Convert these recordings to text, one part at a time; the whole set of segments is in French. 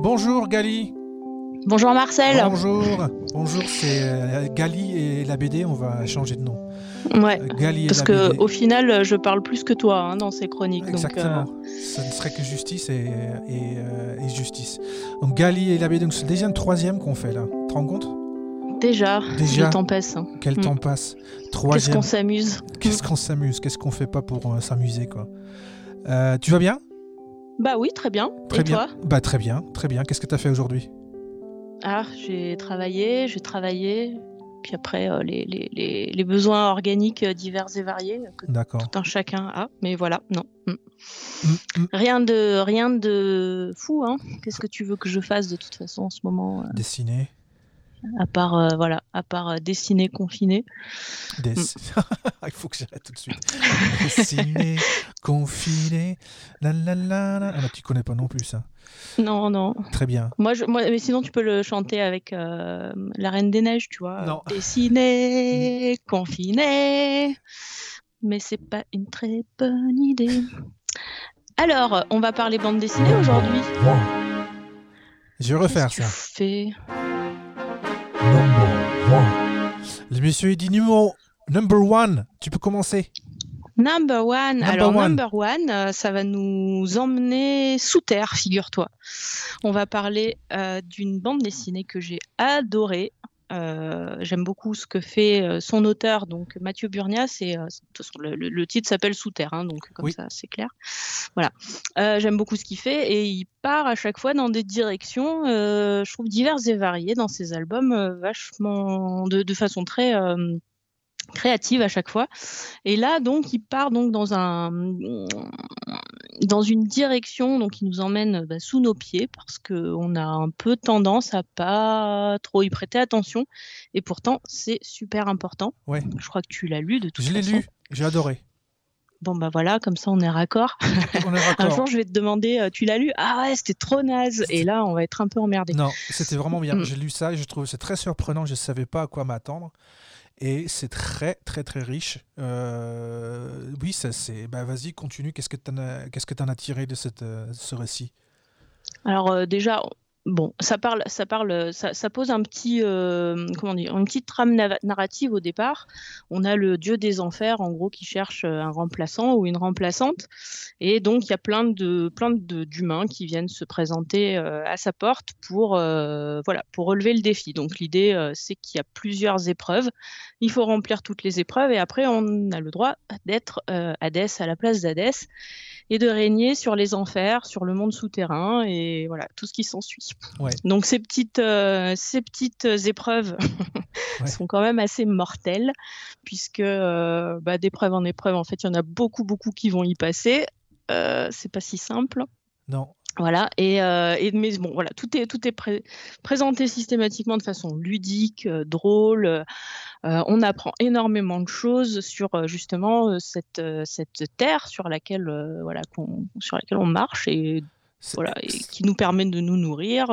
Bonjour Gali. Bonjour Marcel. Bonjour, c'est Gali et la BD, on va changer de nom. Ouais, Gali et parce la que BD. au final, je parle plus que toi dans ces chroniques. Exactement, ça ne serait que justice et justice. Donc Gali et la BD, donc c'est déjà le troisième qu'on fait là, tu te rends compte ? Déjà, le temps passe. Quel temps passe. Qu'est-ce qu'on s'amuse. Qu'est-ce qu'on fait pas pour s'amuser quoi. Tu vas bien ? Bah oui, très bien. Très et bien. Toi ? Bah très bien. Qu'est-ce que tu as fait aujourd'hui ? J'ai travaillé, puis après les besoins organiques divers et variés que tout un chacun a, mais voilà, non. Rien de fou, hein. Qu'est-ce que tu veux que je fasse de toute façon en ce moment Dessiner. À part dessiner confiné. Il faut que j'arrête tout de suite. Dessiner, confiné, la la la la. Ah bah, tu connais pas non plus ça. Non. Très bien. Moi, mais sinon tu peux le chanter avec la Reine des Neiges, tu vois. Non. Dessiner, confiné, mais c'est pas une très bonne idée. Alors, on va parler bande dessinée aujourd'hui. Je vais refaire ça. Fais... Le monsieur il dit number one. Tu peux commencer. Number one, ça va nous emmener sous terre, figure-toi. On va parler d'une bande dessinée que j'ai adorée. J'aime beaucoup ce que fait son auteur, donc Mathieu Burnias, et le titre s'appelle Sous Terre, donc comme ça c'est clair. Voilà, j'aime beaucoup ce qu'il fait et il part à chaque fois dans des directions, je trouve diverses et variées dans ses albums, vachement de façon très créative à chaque fois. Et là, donc, il part donc dans une direction donc qui nous emmène sous nos pieds parce qu'on a un peu tendance à pas trop y prêter attention. Et pourtant, c'est super important. Ouais. Je crois que tu l'as lu de toute façon. Je l'ai lu, j'ai adoré. Bon, bah voilà, comme ça, on est raccord. Un jour, je vais te demander, tu l'as lu ? Ah ouais, c'était trop naze. Et là, on va être un peu emmerdé. Non, c'était vraiment bien. J'ai lu ça et je trouve c'est très surprenant. Je ne savais pas à quoi m'attendre. Et c'est très, très, très riche. Oui, ça c'est... Bah, vas-y, continue. Qu'est-ce que tu en as tiré de ce récit ? Alors déjà... Bon, ça pose un petit, une petite trame narrative au départ. On a le dieu des enfers, en gros, qui cherche un remplaçant ou une remplaçante, et donc il y a plein d'humains qui viennent se présenter à sa porte pour relever le défi. Donc l'idée, c'est qu'il y a plusieurs épreuves. Il faut remplir toutes les épreuves, et après on a le droit d'être Hadès à la place d'Hadès et de régner sur les enfers, sur le monde souterrain, et voilà tout ce qui s'ensuit. Ouais. Donc ces petites épreuves sont quand même assez mortelles, puisque d'épreuve en épreuve, en fait, il y en a beaucoup qui vont y passer. C'est pas si simple. Non. Voilà, mais bon, voilà, tout est présenté systématiquement de façon ludique, drôle. On apprend énormément de choses sur justement cette terre sur laquelle on marche et qui nous permet de nous nourrir,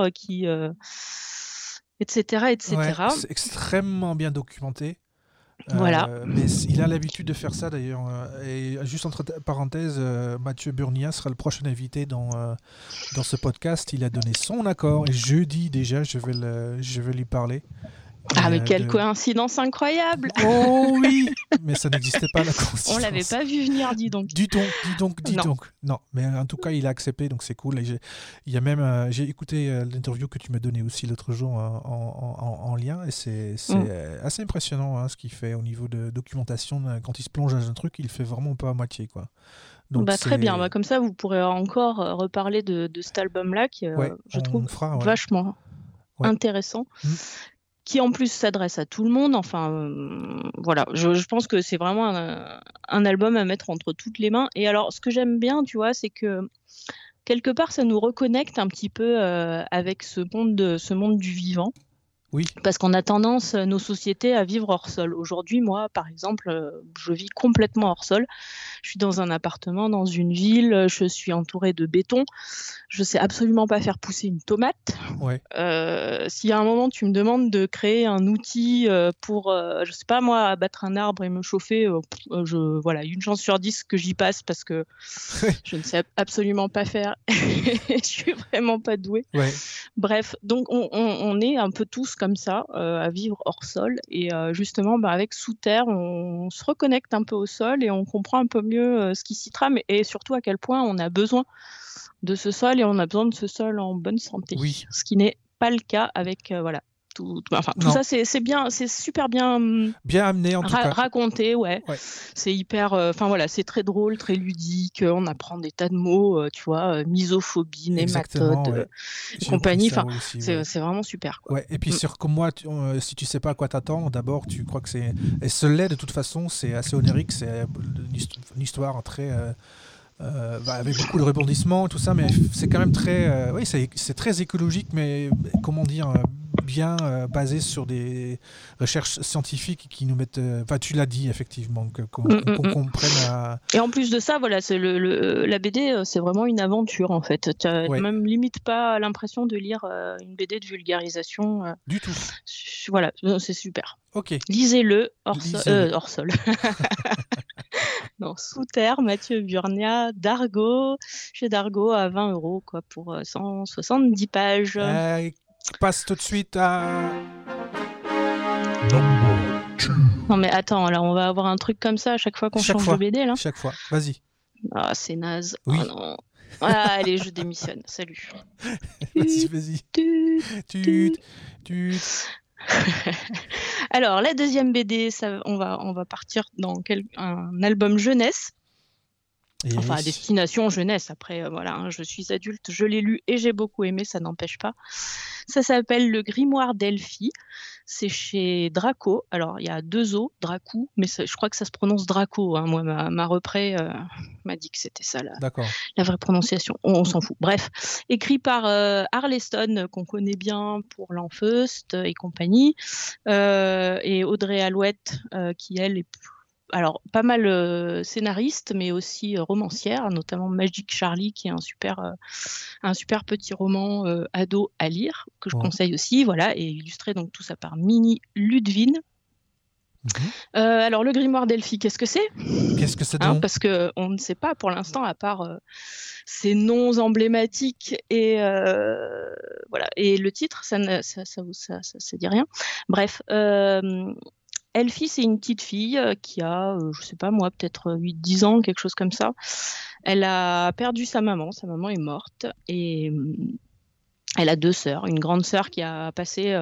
etc. Ouais, c'est extrêmement bien documenté. Voilà. Mais il a l'habitude de faire ça d'ailleurs. Et juste entre parenthèses, Mathieu Burnias sera le prochain invité dans ce podcast. Il a donné son accord et jeudi déjà, je vais lui parler. Mais quelle coïncidence incroyable! Oh oui! Mais ça n'existait pas la coïncidence. On l'avait pas vu venir, dis donc. Dis donc. Non, mais en tout cas, il a accepté, donc c'est cool. Et j'ai écouté l'interview que tu m'as donnée aussi l'autre jour en lien, et c'est assez impressionnant ce qu'il fait au niveau de documentation. Quand il se plonge dans un truc, il fait vraiment pas à moitié, quoi. Donc très bien. Comme ça, vous pourrez encore reparler de cet album-là qui, je trouve, vachement intéressant. Qui en plus s'adresse à tout le monde. Enfin, voilà, je pense que c'est vraiment un album à mettre entre toutes les mains. Et alors, ce que j'aime bien, tu vois, c'est que quelque part, ça nous reconnecte un petit peu avec ce monde du vivant. Oui. Parce qu'on a tendance, nos sociétés, à vivre hors sol. Aujourd'hui, moi, par exemple, je vis complètement hors sol. Je suis dans un appartement, dans une ville, je suis entourée de béton. Je sais absolument pas faire pousser une tomate. Ouais. Si à un moment tu me demandes de créer un outil pour, je sais pas moi, abattre un arbre et me chauffer, voilà, une chance sur 10 que j'y passe parce que je ne sais absolument pas faire. Je suis vraiment pas douée. Ouais. Bref, donc on est un peu tous comme ça, à vivre hors sol. Et justement, avec Sous Terre, on se reconnecte un peu au sol et on comprend un peu mieux ce qui s'y trame et surtout à quel point on a besoin de ce sol et on a besoin de ce sol en bonne santé. Oui. Ce qui n'est pas le cas avec voilà. Tout ça, c'est bien, c'est super bien amené en tout cas. Raconté, ouais. C'est hyper, voilà, c'est très drôle, très ludique. On apprend des tas de mots, tu vois, misophobie, nématode, compagnie. Enfin, c'est vraiment super, quoi. Ouais. Et puis comme moi, si tu sais pas à quoi t'attendre, d'abord tu crois que c'est, et ce l'est de toute façon, c'est assez onirique, c'est une histoire très avec beaucoup de rebondissements et tout ça, mais c'est quand même très, c'est très écologique, mais comment dire, bien basé sur des recherches scientifiques qui nous mettent, tu l'as dit effectivement, qu'on comprenne. Et en plus de ça, voilà, c'est la BD, c'est vraiment une aventure en fait. Tu n'as même limite pas l'impression de lire une BD de vulgarisation. Du tout. Voilà, c'est super. Ok. Lisez-le hors sol. Non, Sous Terre, Mathieu Burnia, Dargaud, chez Dargaud à 20 € quoi, pour 170 pages. Passe tout de suite à... Non mais attends, là on va avoir un truc comme ça à chaque fois qu'on change de BD là. Chaque fois, vas-y. Ah, c'est naze. Oui. Oh non. Ah, allez, je démissionne. Salut. Vas-y. Alors, la deuxième BD, on va partir dans un album jeunesse. Enfin, à destination jeunesse. Après, voilà, hein, je suis adulte, je l'ai lu et j'ai beaucoup aimé, ça n'empêche pas. Ça s'appelle Le Grimoire d'Elphie. C'est chez Draco. Alors, il y a 2 O, Dracou, mais je crois que ça se prononce Draco. Hein. Moi, ma repré m'a dit que c'était ça la vraie prononciation. On s'en fout. Bref, écrit par Arleston, qu'on connaît bien pour L'Enfeust et compagnie, et Audrey Alouette, qui, elle, est alors pas mal scénariste, mais aussi romancière, notamment Magic Charlie, qui est un super petit roman ado à lire, que je conseille aussi, voilà, et illustré donc tout ça par Mini Ludwin. Alors le grimoire d'Elphie, qu'est-ce que c'est ? Qu'est-ce que c'est donc ? Parce qu'on ne sait pas pour l'instant, à part ces noms emblématiques et voilà. Et le titre, ça dit rien. Bref. Elphie, c'est une petite fille qui a, je sais pas moi, peut-être 8-10 ans, quelque chose comme ça. Elle a perdu sa maman est morte, et elle a 2 sœurs, une grande sœur qui a passé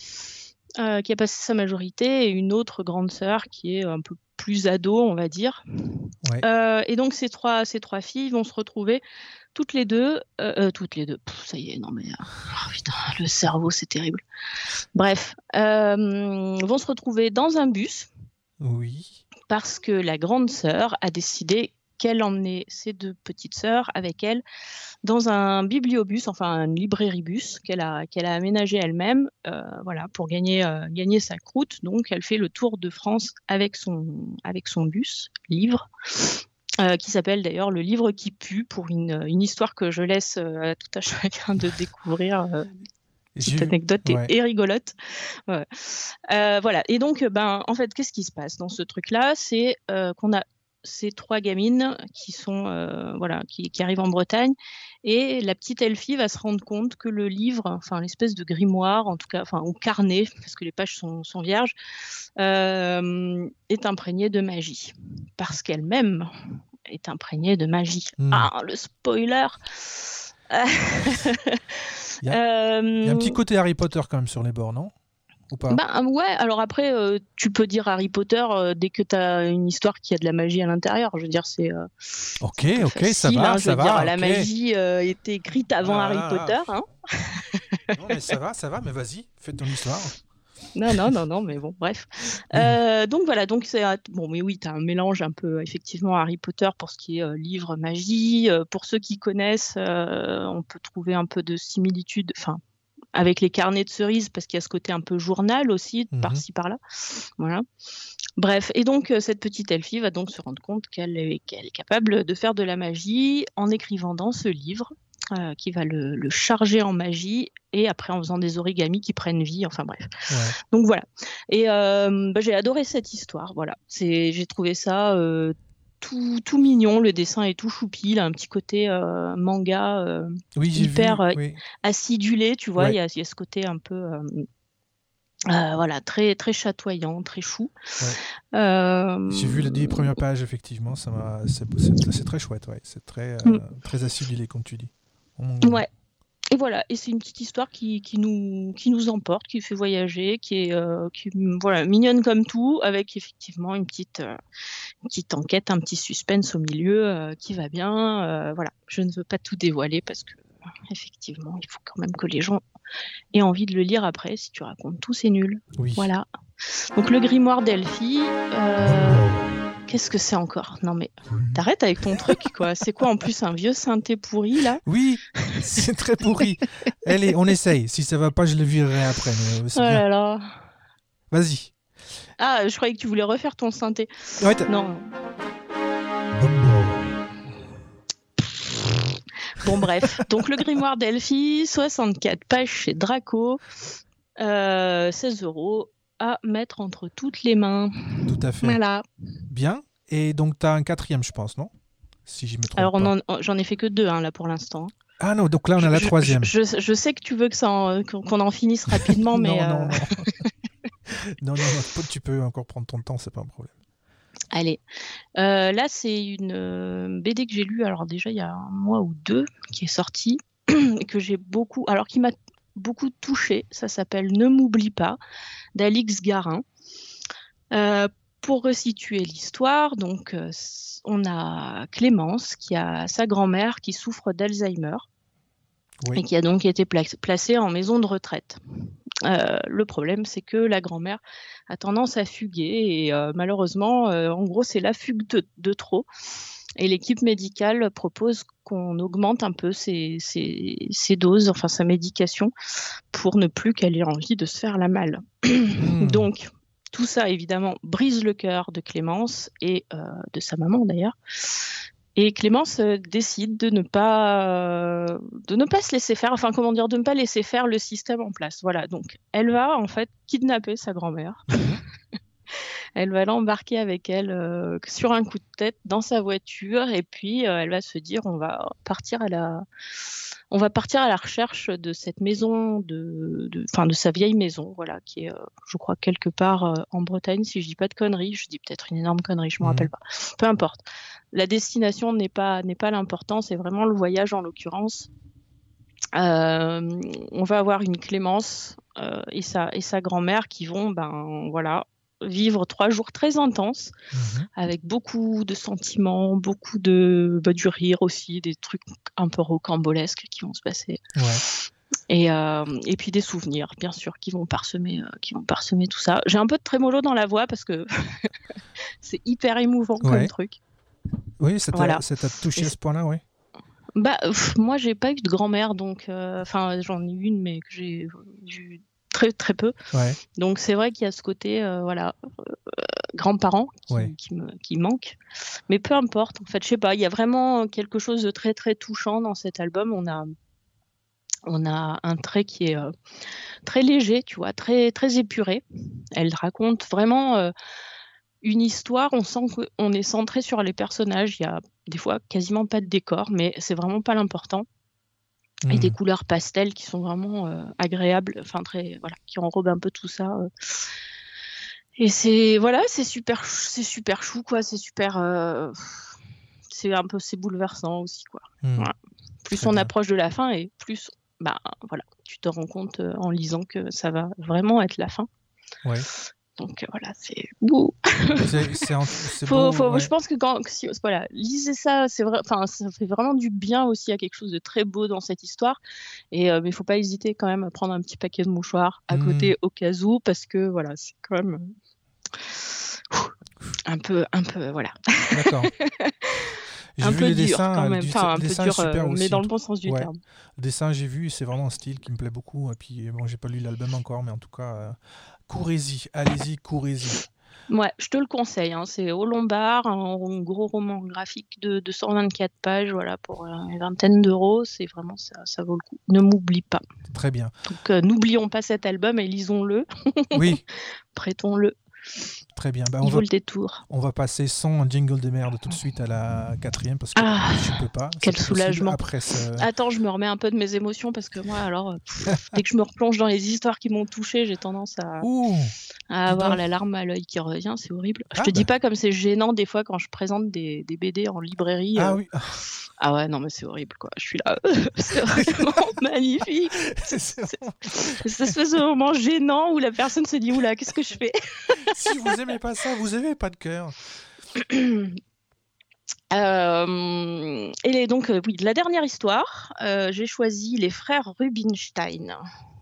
sa majorité et une autre grande sœur qui est un peu plus ado, on va dire. Et donc ces trois filles vont se retrouver toutes les deux. Ça y est, non mais putain, le cerveau, c'est terrible. Bref, vont se retrouver dans un bus. Oui. Parce que la grande sœur a décidé qu'elle emmenait ses 2 petites sœurs avec elle dans un bibliobus, enfin un librairibus qu'elle a aménagé elle-même, voilà, pour gagner sa croûte. Donc elle fait le tour de France avec son bus livre. Qui s'appelle d'ailleurs Le Livre qui pue, pour une histoire que je laisse à tout à chacun de découvrir. Petite anecdote et rigolote. Ouais. Voilà. Et donc, en fait, qu'est-ce qui se passe dans ce truc-là ? C'est qu'on a ces 3 gamines qui sont qui arrivent en Bretagne, et la petite Elphie va se rendre compte que le livre, enfin l'espèce de grimoire, en tout cas, enfin au carnet, parce que les pages sont vierges, est imprégné de magie, parce qu'elle-même est imprégnée de magie. Ah, le spoiler. Il y a un petit côté Harry Potter quand même sur les bords, non ? Ou pas ? Ouais, alors après, tu peux dire Harry Potter dès que tu as une histoire qui a de la magie à l'intérieur. Je veux dire, c'est ok, facile, ça va. La magie était écrite avant Harry Potter. Hein. Non, mais ça va, mais vas-y, fais ton histoire. Non, mais bon, bref. Donc voilà, c'est bon, mais oui, tu as un mélange un peu effectivement Harry Potter pour ce qui est livre magie. Pour ceux qui connaissent, on peut trouver un peu de similitude, enfin, avec les carnets de cerises, parce qu'il y a ce côté un peu journal aussi, par-ci par-là. Voilà. Bref, et donc cette petite elfie va donc se rendre compte qu'elle est capable de faire de la magie en écrivant dans ce livre, qui va le charger en magie, et après en faisant des origamis qui prennent vie, enfin bref. Ouais. Donc voilà. Et j'ai adoré cette histoire, voilà. J'ai trouvé ça tout mignon, le dessin est tout choupi, il a un petit côté manga Oui, j'ai hyper vu. Oui. acidulé, tu vois, Ouais. il y a ce côté un peu... voilà, très, très chatoyant, très chou. J'ai vu les 10 premières pages, effectivement. C'est très chouette, ouais. C'est très acidulé, comme tu dis. Ouais. Et voilà, et c'est une petite histoire qui nous emporte, qui fait voyager, qui est voilà, mignonne comme tout, avec effectivement une petite enquête, un petit suspense au milieu qui va bien. Voilà, je ne veux pas tout dévoiler parce que effectivement, il faut quand même que les gens aient envie de le lire après. Si tu racontes tout, c'est nul. Oui. Voilà. Donc le grimoire d'Elfie. Qu'est-ce que c'est encore? Non mais t'arrêtes avec ton truc, quoi. C'est quoi en plus un vieux synthé pourri là? Oui, c'est très pourri. Allez, on essaye. Si ça va pas, je le virerai après. Mais c'est Oh bien. là là. Vas-y. Ah, je croyais que tu voulais refaire ton synthé. Ouais, non. Bon bref. Donc le grimoire d'Elfie, 64 pages chez Draco, 16 € à mettre entre toutes les mains. Tout à fait. Voilà. Bien. Et donc, tu as un 4e, je pense, non? Si je me trompe Alors, pas. j'en ai fait que 2 là pour l'instant. Ah non, donc là, on a la 3e. Je sais que tu veux qu'on en finisse rapidement, mais... Non. non, tu peux encore prendre ton temps, c'est pas un problème. Allez. Là, c'est une BD que j'ai lue, alors déjà, il y a un mois ou 2, qui est sortie, que j'ai beaucoup... Alors, qui m'a beaucoup touchée. Ça s'appelle « Ne m'oublie pas » d'Alix Garin. Pour resituer l'histoire, donc on a Clémence qui a sa grand-mère qui souffre d'Alzheimer et qui a donc été placée en maison de retraite. Le problème, c'est que la grand-mère a tendance à fuguer et malheureusement, en gros, c'est la fugue de trop. Et l'équipe médicale propose qu'on augmente un peu ses doses, enfin sa médication, pour ne plus qu'elle ait envie de se faire la malle. Donc, tout ça, évidemment, brise le cœur de Clémence et de sa maman, d'ailleurs. Et Clémence décide de ne pas se laisser faire, enfin, comment dire, de ne pas laisser faire le système en place. Voilà, donc elle va, en fait, kidnapper sa grand-mère. Elle va l'embarquer avec elle sur un coup de tête dans sa voiture et puis elle va se dire on va partir à la recherche de cette maison, de sa vieille maison, voilà, qui est, je crois, quelque part en Bretagne, si je dis pas de conneries. Je dis peut-être une énorme connerie, je me rappelle pas. Peu importe. La destination n'est pas l'important, c'est vraiment le voyage en l'occurrence. On va avoir une Clémence et sa grand-mère qui vont, vivre 3 jours très intenses, avec beaucoup de sentiments, beaucoup du rire aussi, des trucs un peu rocambolesques qui vont se passer. Et puis des souvenirs, bien sûr, qui vont parsemer tout ça. J'ai un peu de trémolo dans la voix parce que c'est hyper émouvant comme truc. Oui, ça t'a touché à ce point-là, oui. Moi, j'ai pas eu de grand-mère, donc j'en ai eu une, mais que j'ai vue très très peu. Donc c'est vrai qu'il y a ce côté grands-parents qui manquent, mais peu importe, en fait, je sais pas, il y a vraiment quelque chose de très très touchant dans cet album. On a un trait qui est très léger, tu vois, très très épuré. Elle raconte vraiment une histoire, on sent qu'on est centré sur les personnages. Il y a des fois quasiment pas de décor, mais c'est vraiment pas l'important. Et des couleurs pastel qui sont vraiment agréables, enfin qui enrobent un peu tout ça. Et c'est super chou, quoi. C'est super, c'est bouleversant aussi, quoi. Voilà. Plus on approche de la fin et plus tu te rends compte en lisant que ça va vraiment être la fin. Donc voilà, c'est beau. C'est beau. Je pense que lisez ça, c'est vrai. Enfin, ça fait vraiment du bien aussi. Il y a quelque chose de très beau dans cette histoire. Et mais il faut pas hésiter quand même à prendre un petit paquet de mouchoirs à côté au cas où, parce que voilà, c'est quand même un peu voilà. D'accord. Un peu dur quand même. Enfin, un peu dur, super mais dans le bon sens du terme. Le dessin, j'ai vu, c'est vraiment un style qui me plaît beaucoup. Et puis bon, j'ai pas lu l'album encore, mais en tout cas. Courez-y, allez-y, courez-y. Ouais, je te le conseille, hein, c'est Au Lombard, un gros roman graphique de 124 pages, voilà, pour une vingtaine d'euros. C'est vraiment ça vaut le coup. Ne m'oublie pas. Très bien. Donc, n'oublions pas cet album et lisons-le. Oui. Prêtons-le. Très bien. Il vaut le détour. On va passer sans jingle de merde tout de suite à la 4e parce que je ne peux pas. Quel soulagement. Après Attends, je me remets un peu de mes émotions parce que moi, alors, dès que je me replonge dans les histoires qui m'ont touchée, j'ai tendance à avoir la larme à l'œil qui revient. C'est horrible. Je te dis pas comme c'est gênant des fois quand je présente des BD en librairie. Oui. Ah ouais, non mais c'est horrible quoi. Je suis là, c'est vraiment magnifique. C'est cette espèce de moment gênant où la personne se dit oula, qu'est-ce que je fais? Si vous aimez pas ça, vous avez pas de cœur. Et donc oui, la dernière histoire, j'ai choisi les frères Rubinstein.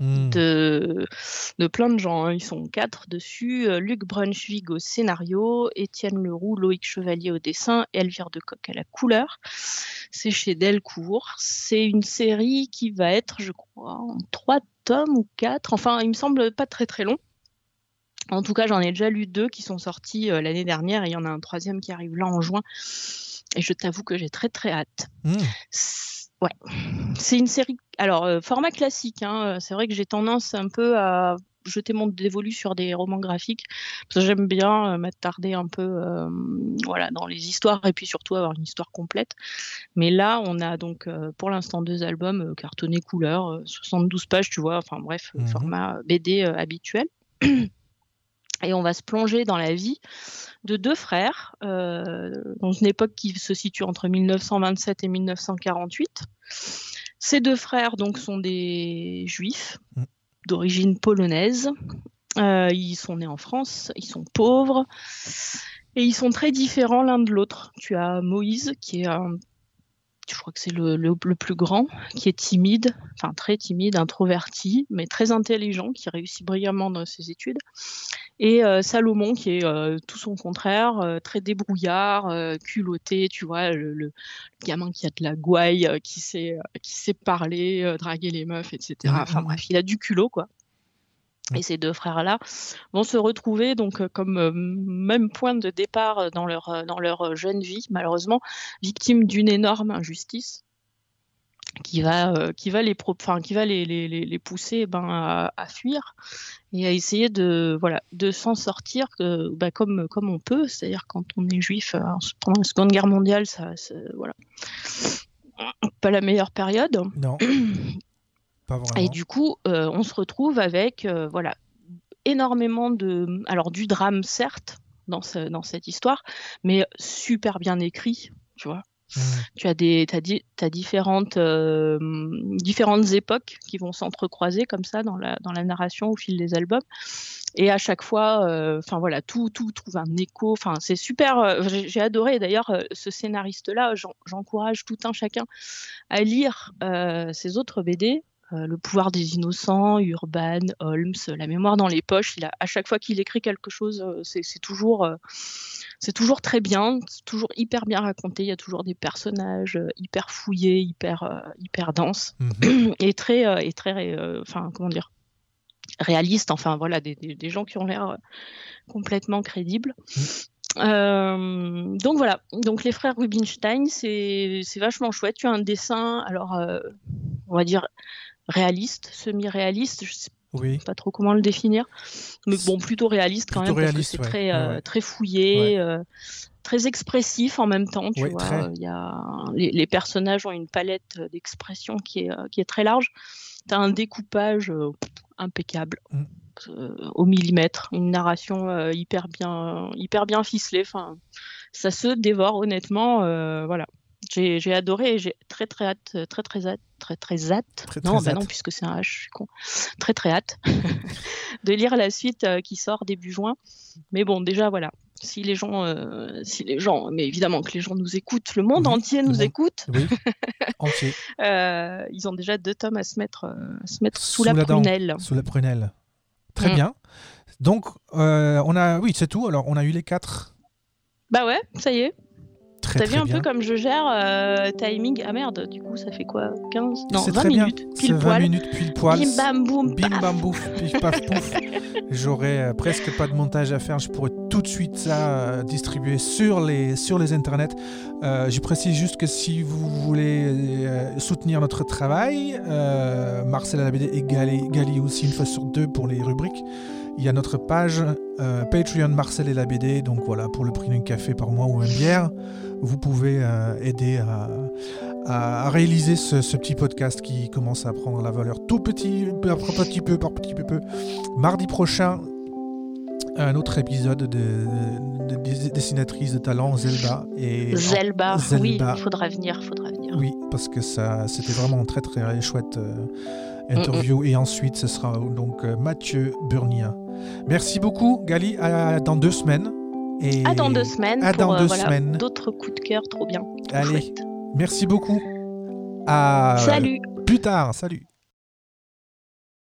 De plein de gens, hein. Ils sont 4 dessus. Luc Brunswick au scénario, Étienne Leroux, Loïc Chevalier au dessin et Elvire Decoq à la couleur. C'est chez Delcourt. C'est une série qui va être, je crois, en 3 tomes ou 4. Enfin, il me semble pas très très long. En tout cas, j'en ai déjà lu 2 qui sont sortis l'année dernière et il y en a un 3e qui arrive là en juin. Et je t'avoue que j'ai très très hâte. Ouais, c'est une série. Alors, format classique, hein. C'est vrai que j'ai tendance un peu à jeter mon dévolu sur des romans graphiques parce que j'aime bien m'attarder un peu dans les histoires et puis surtout avoir une histoire complète. Mais là, on a donc pour l'instant 2 albums cartonnés couleur, 72 pages, tu vois. Enfin bref, format BD habituel. Et on va se plonger dans la vie de 2 frères, dans une époque qui se situe entre 1927 et 1948. Ces 2 frères donc, sont des juifs d'origine polonaise. Ils sont nés en France, ils sont pauvres, et ils sont très différents l'un de l'autre. Tu as Moïse, qui est je crois que c'est le plus grand, qui est timide, enfin très timide, introverti, mais très intelligent, qui réussit brillamment dans ses études. Et Salomon, qui est tout son contraire, très débrouillard, culotté, tu vois, le gamin qui a de la gouaille, qui sait parler, draguer les meufs, etc. Enfin bref, il a du culot, quoi. Et ces 2 frères-là vont se retrouver donc comme même point de départ dans leur jeune vie, malheureusement, victimes d'une énorme injustice qui va les pousser à fuir et à essayer de s'en sortir comme on peut, c'est-à-dire quand on est juif pendant la Seconde Guerre mondiale, pas la meilleure période. Non. Pas vraiment. Et du coup, on se retrouve avec énormément du drame, certes, dans cette histoire, mais super bien écrit, tu vois. Tu as différentes époques qui vont s'entrecroiser comme ça dans la narration au fil des albums. Et à chaque fois, tout trouve un écho. Enfin, c'est super. J'ai adoré. D'ailleurs, ce scénariste-là, j'encourage tout un chacun à lire ses autres BD. Le pouvoir des innocents, Urban, Holmes, La mémoire dans les poches. À chaque fois qu'il écrit quelque chose, c'est toujours très bien, c'est toujours hyper bien raconté. Il y a toujours des personnages hyper fouillés, hyper denses et très réalistes. Enfin voilà, des gens qui ont l'air complètement crédibles. Donc voilà, donc les frères Rubinstein, c'est vachement chouette. Tu as un dessin, alors on va dire réaliste, semi-réaliste, je sais pas trop comment le définir, mais bon, plutôt réaliste quand même, parce que c'est très fouillé, très expressif en même temps, tu vois. Les personnages ont une palette d'expression qui est très large. Tu as un découpage impeccable. Au millimètre, une narration hyper bien ficelée. Enfin, ça se dévore honnêtement. Voilà. J'ai adoré et j'ai très hâte, non, puisque c'est un H, je suis con. Très hâte de lire la suite qui sort début juin. Mais bon, déjà voilà. Si les gens, mais évidemment que les gens nous écoutent, le monde entier nous écoute. Oui, entier. Ils ont déjà 2 tomes à se mettre sous la prunelle. Sous la prunelle. Très bien. Donc, c'est tout. Alors, on a eu les 4. Bah ouais, ça y est. T'as vu un peu comme je gère timing. Ah merde, du coup, ça fait quoi, 15 Non, c'est 20 minutes. Pile poil. 20 minutes pile poil. Bim bam boum. Bim bam bouf, pif paf pouf. J'aurais presque pas de montage à faire. Je pourrais tout de suite ça distribué sur les internets. Je précise juste que si vous voulez soutenir notre travail, Marcel à la BD et Gali aussi une fois sur deux pour les rubriques. Il y a notre page Patreon Marcel et la BD, donc voilà, pour le prix d'un café par mois ou une bière, vous pouvez aider à réaliser ce petit podcast qui commence à prendre la valeur tout petit peu. Mardi prochain, un autre épisode de dessinatrice de talent, Zelba. Zelba, oui, il faudra venir. Oui, parce que c'était vraiment très très chouette interview. Et ensuite, ce sera donc Mathieu Burnia. Merci beaucoup, Gali. Dans 2 semaines. Dans 2 semaines. Dans 2 semaines. D'autres coups de cœur, trop bien. Allez, chouette. Merci beaucoup. Salut. Plus tard, salut.